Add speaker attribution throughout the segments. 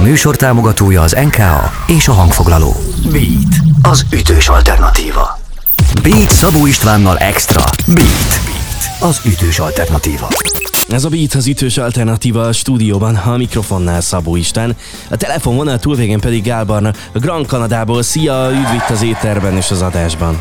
Speaker 1: műsor támogatója az NKA és a hangfoglaló. Beat, az ütős alternatíva. Beat Szabó Istvánnal extra. Beat, az ütős alternatíva.
Speaker 2: Ez a Beat, az ütős alternatíva a stúdióban, a mikrofonnál Szabó István. A telefonvonal túlvégén pedig Gál Barna, a Grand Canadából. Szia, üdv itt az éterben és az adásban.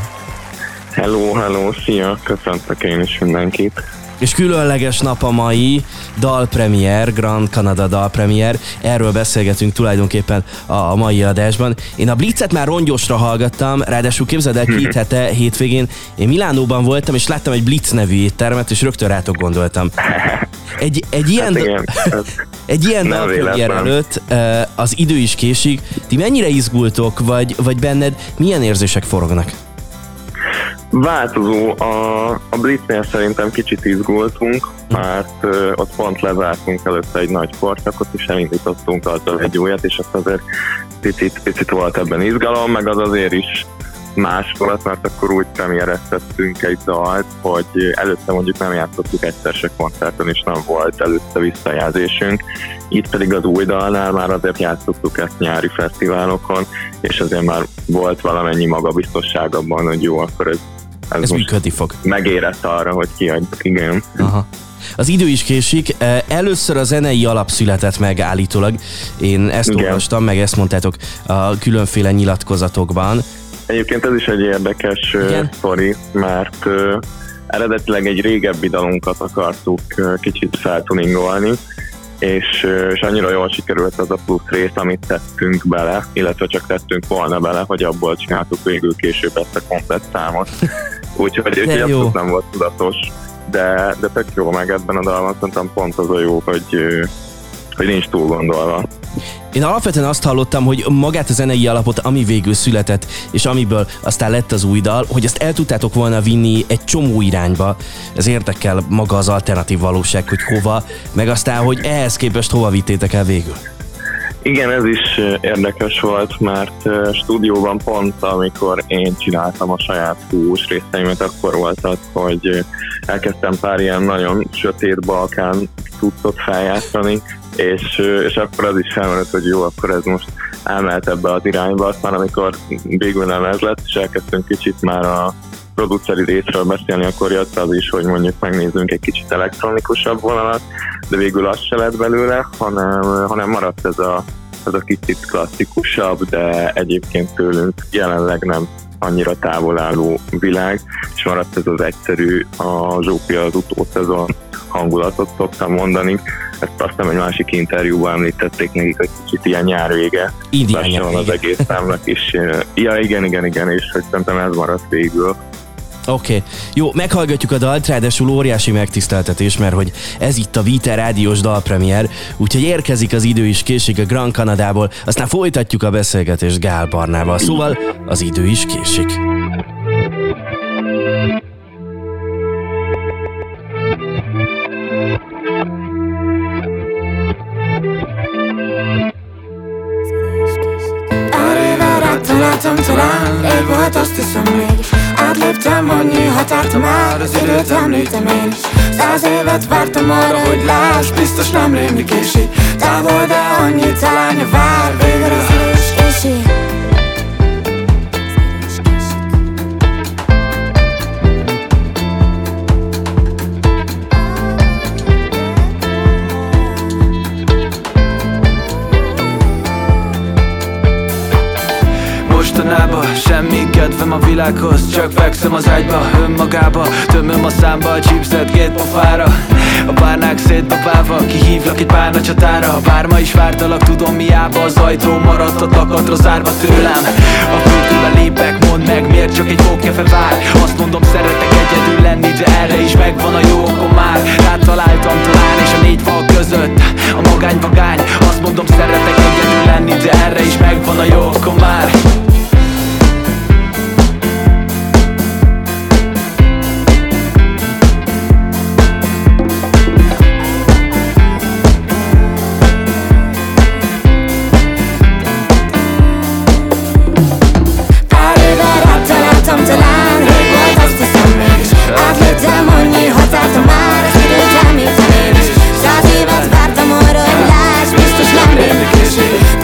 Speaker 3: Hello, szia, köszöntök én is mindenkit.
Speaker 2: És különleges nap a mai dalpremier, Grand Canada dalpremier. Erről beszélgetünk tulajdonképpen a mai adásban. Én a Blitzet már rongyosra hallgattam, ráadásul képzeld el, 2 hete hétvégén én Milánóban voltam, és láttam egy Blitz nevű éttermet, és rögtön rátok gondoltam. Egy ilyen dalpremier előtt az idő is késik. Ti mennyire izgultok, vagy benned milyen érzések forognak?
Speaker 3: Változó. A Blitznél szerintem kicsit izgultunk, mert ott pont lezártunk előtte egy nagy korszakot, és elindítottunk azzal egy újat, és azt azért picit volt ebben izgalom, meg az azért is más volt, mert akkor úgy premiereztettünk egy dalt, hogy előtte mondjuk nem játszottuk egyszer se koncerten, és nem volt előtte visszajelzésünk. Itt pedig az új dalnál már azért játszottuk ezt nyári fesztiválokon, és azért már volt valamennyi magabiztosság abban, hogy jó, akkor ez
Speaker 2: működni fog.
Speaker 3: Megérett arra, hogy kiadjuk, igen.
Speaker 2: Aha. Az idő is késik. Először a zenei alap született meg állítólag. Én ezt olvastam, meg ezt mondtátok a különféle nyilatkozatokban.
Speaker 3: Egyébként ez is egy érdekes sztori, mert eredetileg egy régebbi dalunkat akartuk kicsit feltuningolni, és annyira jól sikerült az a plusz rész, amit tettünk bele, illetve csak tettünk volna bele, hogy abból csináltuk végül később ezt a komplett számot. Úgyhogy abszolút nem volt tudatos, de tök jó, meg ebben a dalban szerintem pont az a jó, hogy nincs túl gondolva.
Speaker 2: Én alapvetően azt hallottam, hogy magát a zenei alapot, ami végül született, és amiből aztán lett az új dal, hogy azt el tudtátok volna vinni egy csomó irányba. Ez érdekel maga az alternatív valóság, hogy hova, meg aztán, hogy ehhez képest hova vittétek el végül.
Speaker 3: Igen, ez is érdekes volt, mert stúdióban pont, amikor én csináltam a saját hús részeimet, akkor volt az, hogy elkezdtem pár ilyen nagyon sötét balkán cuccot feljátszani, és akkor az is felmerült, hogy jó, akkor ez most elmehet ebbe az irányba, aztán amikor végül nem ez lett, és elkezdtünk kicsit már a produceri részről beszélni, akkor jött az is, hogy mondjuk megnézzünk egy kicsit elektronikusabb vonalat, de végül az se lett belőle, hanem maradt ez a kicsit klasszikusabb, de egyébként tőlünk jelenleg nem annyira távol álló világ, és maradt ez az egyszerű, a Zsópia az utószezon hangulatot szoktam mondani. Ezt aztán egy másik interjúban említették nekik, hogy kicsit ilyen nyárvége.
Speaker 2: Indián
Speaker 3: van az egész számnak is. Ja, igen, és hogy szerintem ez maradt végül.
Speaker 2: Oké. Jó, meghallgatjuk a dalt, ráadásul óriási megtiszteltetés, mert hogy ez itt a Vita rádiós dalpremier, úgyhogy érkezik az idő is késik a Grand Canadából, aztán folytatjuk a beszélgetést Gál Barnával, szóval az idő is késik.
Speaker 4: Talán rég volt, azt hiszem mégis átléptem annyi határt, már az időt említem én is. 100 évet vártam arra, hogy láss, biztos nem rémlik és így távol, de annyi találja vár, végre az idő is késik.
Speaker 5: Mostanában semmi kedvem a világhoz, csak fekszem az ágyba, önmagába, tömöm a számba a chipset két pofára. A párnák szétdobálva, kihívlak egy párna csatára. Bár ma is vártalak, tudom miába, az ajtó maradt a takadra zárva tőlem. A fürdőbe lépek, mondd meg, miért csak egy fogkefe vár. Azt mondom, szeretek egyedül lenni, de erre is megvan a jó okom már. Rád találtam talán, és a 4 fal között a magány vagány. Azt mondom, szeretek egyedül lenni, de erre is megvan a jó okom már.
Speaker 4: Talán rég volt, azt hiszem mégis átléptem annyi határt, már az időt említem én is. 100 évet vártam arra, hogy láss, biztos nem rémlik és így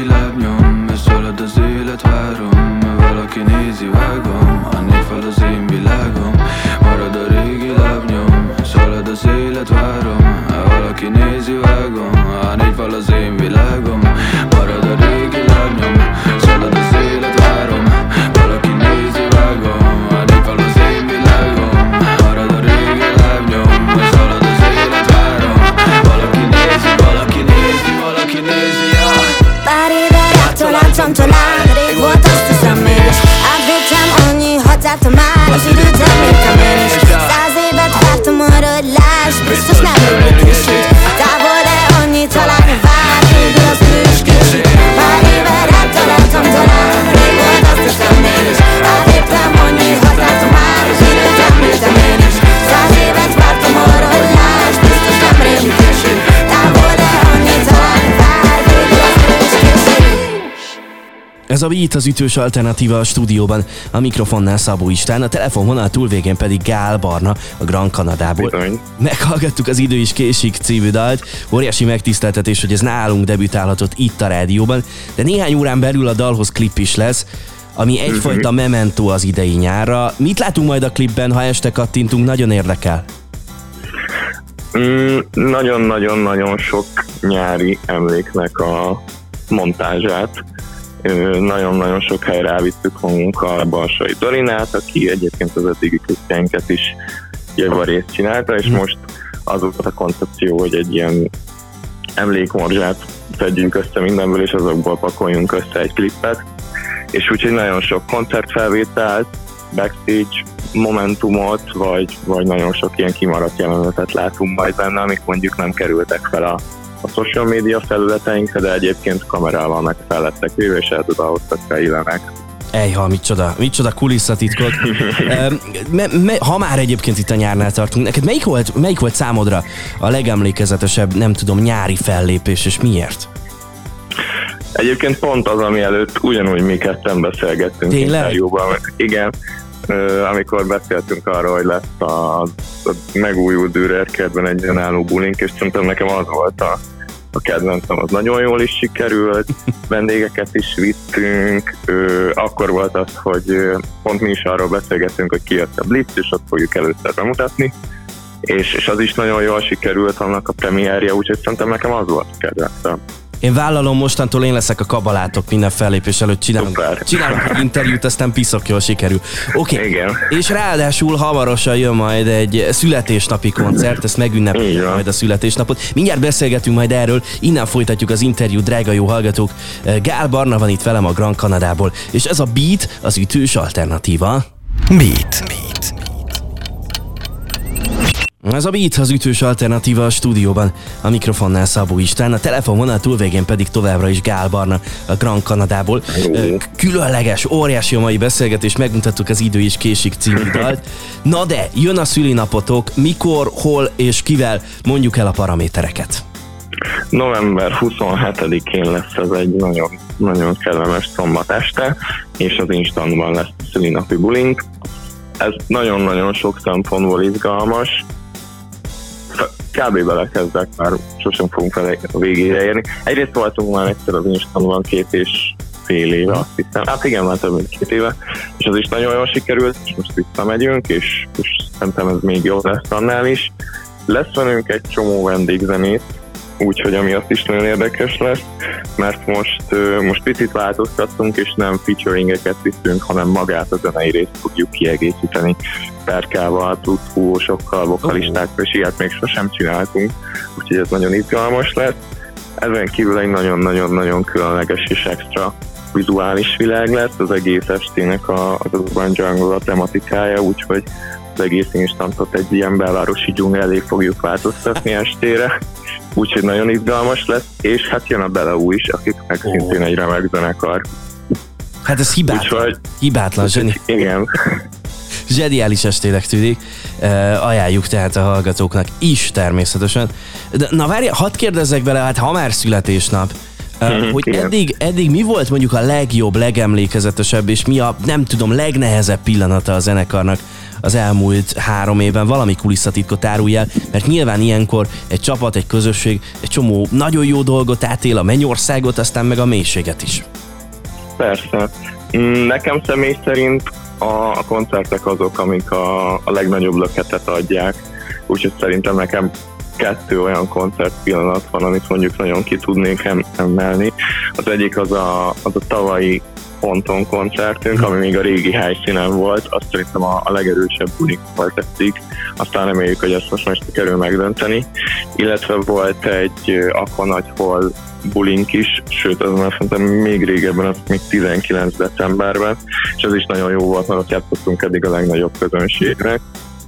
Speaker 5: lábnyom, és szalad az élet, várom. Valaki nézi, vágom, a négy fal az én világom. Marad a régi lábnyom, szalad az élet, várom. Valaki nézi, vágom, a négy fal az én világom. Marad a régi lábnyom, szalad az élet, várom. Valaki nézi, vágom, a négy fal az én világom. Marad a régi lábnyom, szalad az élet, várom. Valaki nézi, valaki nézi, valaki nézi, ja.
Speaker 4: Pár éve ráttól látszom talán, rég volt azt hiszem mégis. Átléptem annyi határt, ha már az időt emlékem én is. 100 évet vártam arra, hogy láss, biztos nem rövid kicsit. Távol, de annyi talán vár, végül az ős kicsit. Pár éve ráttól látszom talán, rég volt azt hiszem mégis. Átléptem annyi határt, ha már az időt emlékem én is. 100 évet vártam arra, hogy láss, biztos nem rövid kicsit. Távol, de annyi talán vár, végül az ős kicsit.
Speaker 2: Ez a Beat, az ütős alternatíva a stúdióban, a mikrofonnál Szabó István, a telefonvonal túlvégén pedig Gál Barna, a Grand Canadából.
Speaker 3: Bizony.
Speaker 2: Meghallgattuk az Idő is késik című dalt, óriási megtiszteltetés, hogy ez nálunk debütálhatott itt a rádióban, de néhány órán belül a dalhoz klip is lesz, ami egyfajta memento az idei nyárra. Mit látunk majd a klipben, ha este kattintunk, nagyon érdekel.
Speaker 3: Nagyon-nagyon-nagyon sok nyári emléknek a montázsát. Nagyon-nagyon sok helyre elvittük magunkkal Balsai Dorinát, aki egyébként az eddigi klipjeinket is javarészt csinálta, és most az volt a koncepció, hogy egy ilyen emlékmorzsát fedjünk össze mindenből, és azokból pakoljunk össze egy klippet. És úgyhogy nagyon sok koncertfelvételt, backstage momentumot, vagy nagyon sok ilyen kimaradt jelenetet látunk majd benne, amik mondjuk nem kerültek fel a social media felületeinkre, de egyébként kamerával meg fel lettek véve, és el tudahoztak fel illenek.
Speaker 2: Ejha, micsoda kulisszatitkot. Ha már egyébként itt a nyárnál tartunk, neked melyik volt számodra a legemlékezetesebb, nem tudom, nyári fellépés, és miért?
Speaker 3: Egyébként pont az, ami előtt ugyanúgy mi ketten beszélgettünk interjúban. Igen, amikor beszéltünk arról, hogy lesz a megújult Dürerkertben egy önálló bulink, és szerintem nekem az volt a kedvencem, az nagyon jól is sikerült, vendégeket is vittünk, akkor volt az, hogy pont mi is arról beszélgettünk, hogy kijött a Blitz, és ott fogjuk először bemutatni, és az is nagyon jól sikerült, annak a premierje, úgyhogy szerintem nekem az volt a kedvencem.
Speaker 2: Én vállalom, mostantól én leszek a kabalátok minden fellépés előtt, csinálunk egy interjút, aztán piszok jól sikerül. Oké.
Speaker 3: Igen.
Speaker 2: És ráadásul hamarosan jön majd egy születésnapi koncert, ezt megünnepeljük majd a születésnapot. Mindjárt beszélgetünk majd erről, innen folytatjuk az interjút, drága jó hallgatók. Gál Barna van itt velem a Grand Canadából, és ez a Beat, az ütős alternatíva.
Speaker 1: Beat.
Speaker 2: Ez a Beat, az ütős alternatíva a stúdióban, a mikrofonnál Szabó István, a telefonvonal túlvégén pedig továbbra is Gál Barna, a Grand Canadából. Különleges, óriási a mai beszélgetés, megmutattuk az Idő is késik című dalt. Na de, jön a szülinapotok, mikor, hol és kivel, mondjuk el a paramétereket.
Speaker 3: November 27-én lesz ez egy nagyon, nagyon kellemes szombat este, és az Instantban lesz a szülinapi bulink. Ez nagyon-nagyon sok szempontból izgalmas. Kb. Belekezdek, már sosem fogunk a végére érni. Egyrészt voltunk már egyszer az Instantban 2,5 éve, azt hiszem. Hát igen, már több mint 2 éve. És az is nagyon jól sikerült, és most visszamegyünk, és szerintem ez még jobb lesz annál is. Lesz velünk egy csomó vendégzenét, úgyhogy ami azt is nagyon érdekes lesz, mert most picit változtattunk, és nem featuringeket viszünk, hanem magát a zenei részt fogjuk kiegészíteni perkával, plusz húósokkal, vokalistákkal, és ilyet még sosem csináltunk, úgyhogy ez nagyon izgalmas lesz. Ezen kívül egy nagyon-nagyon-nagyon különleges és extra vizuális világ lesz, az egész estének az Urban Jungle a tematikája, úgyhogy az egész Instantot egy ilyen belvárosi dzsungel elé fogjuk változtatni estére. Úgyhogy nagyon izgalmas lesz, és hát jön a Beleú is, akik meg szintén egy remek zenekar.
Speaker 2: Hát ez hibátlan,
Speaker 3: igen.
Speaker 2: Zseniális estének tűnik, ajánljuk tehát a hallgatóknak is természetesen. De na várj, hadd kérdezzek bele, hát ha már születésnap, hogy eddig mi volt mondjuk a legjobb, legemlékezetesebb, és mi a, nem tudom, legnehezebb pillanata a zenekarnak, az elmúlt 3 évben valami kulisszatitkot árulj el, mert nyilván ilyenkor egy csapat, egy közösség egy csomó nagyon jó dolgot átél, a mennyországot, aztán meg a mélységet is.
Speaker 3: Persze. Nekem személy szerint a koncertek azok, amik a legnagyobb löketet adják, úgyhogy szerintem nekem 2 olyan koncert pillanat van, amit mondjuk nagyon ki tudnék emelni. Az egyik az a tavalyi Ponton koncertünk, ami még a régi helyszínen volt, azt szerintem a legerősebb bulik volt eddig, aztán reméljük, hogy ezt most sikerül megdönteni. Illetve volt egy Aqua Nagyhol bulink is, sőt, az már szerintem még régebben, az még 19 decemberben, és ez is nagyon jó volt, mert ott játszottunk eddig a legnagyobb közönségnek.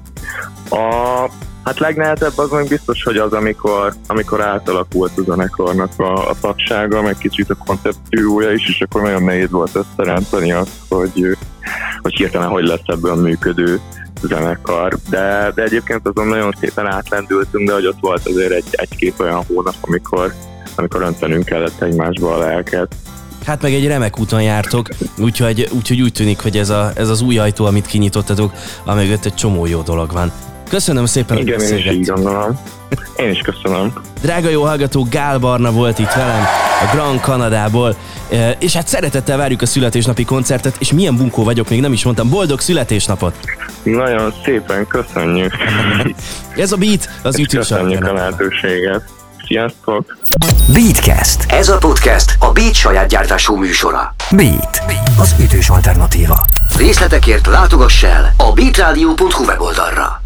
Speaker 3: Hát legnehezebb az meg biztos, hogy az, amikor átalakult a zenekarnak a tagsága, meg kicsit a koncepciója is, és akkor nagyon nehéz volt összerántani azt, hogy hirtelen hogy lesz ebből működő zenekar. De egyébként azon nagyon szépen átlendültünk, de hogy ott volt azért egy-két olyan hónap, amikor öntenünk kellett egymásba a lelket.
Speaker 2: Hát meg egy remek úton jártok, úgyhogy úgy tűnik, hogy ez az új ajtó, amit kinyitottatok, amögött egy csomó jó dolog van. Köszönöm szépen a beszélgetést.
Speaker 3: Igen, én is így gondolom. Én is köszönöm.
Speaker 2: Drága jó hallgató, Gál Barna volt itt velem a Grand Kanadából, és hát szeretettel várjuk a születésnapi koncertet, és milyen bunkó vagyok, még nem is mondtam, boldog születésnapot!
Speaker 3: Nagyon szépen köszönjük.
Speaker 2: Ez a Beat, az ütős.
Speaker 3: Köszönjük a lehetőséget. Sziasztok!
Speaker 1: Beatcast. Ez a podcast a Beat saját gyártású műsora. Beat, az ütős alternatíva. Részletekért látogass el a beatradio.hu weboldalra.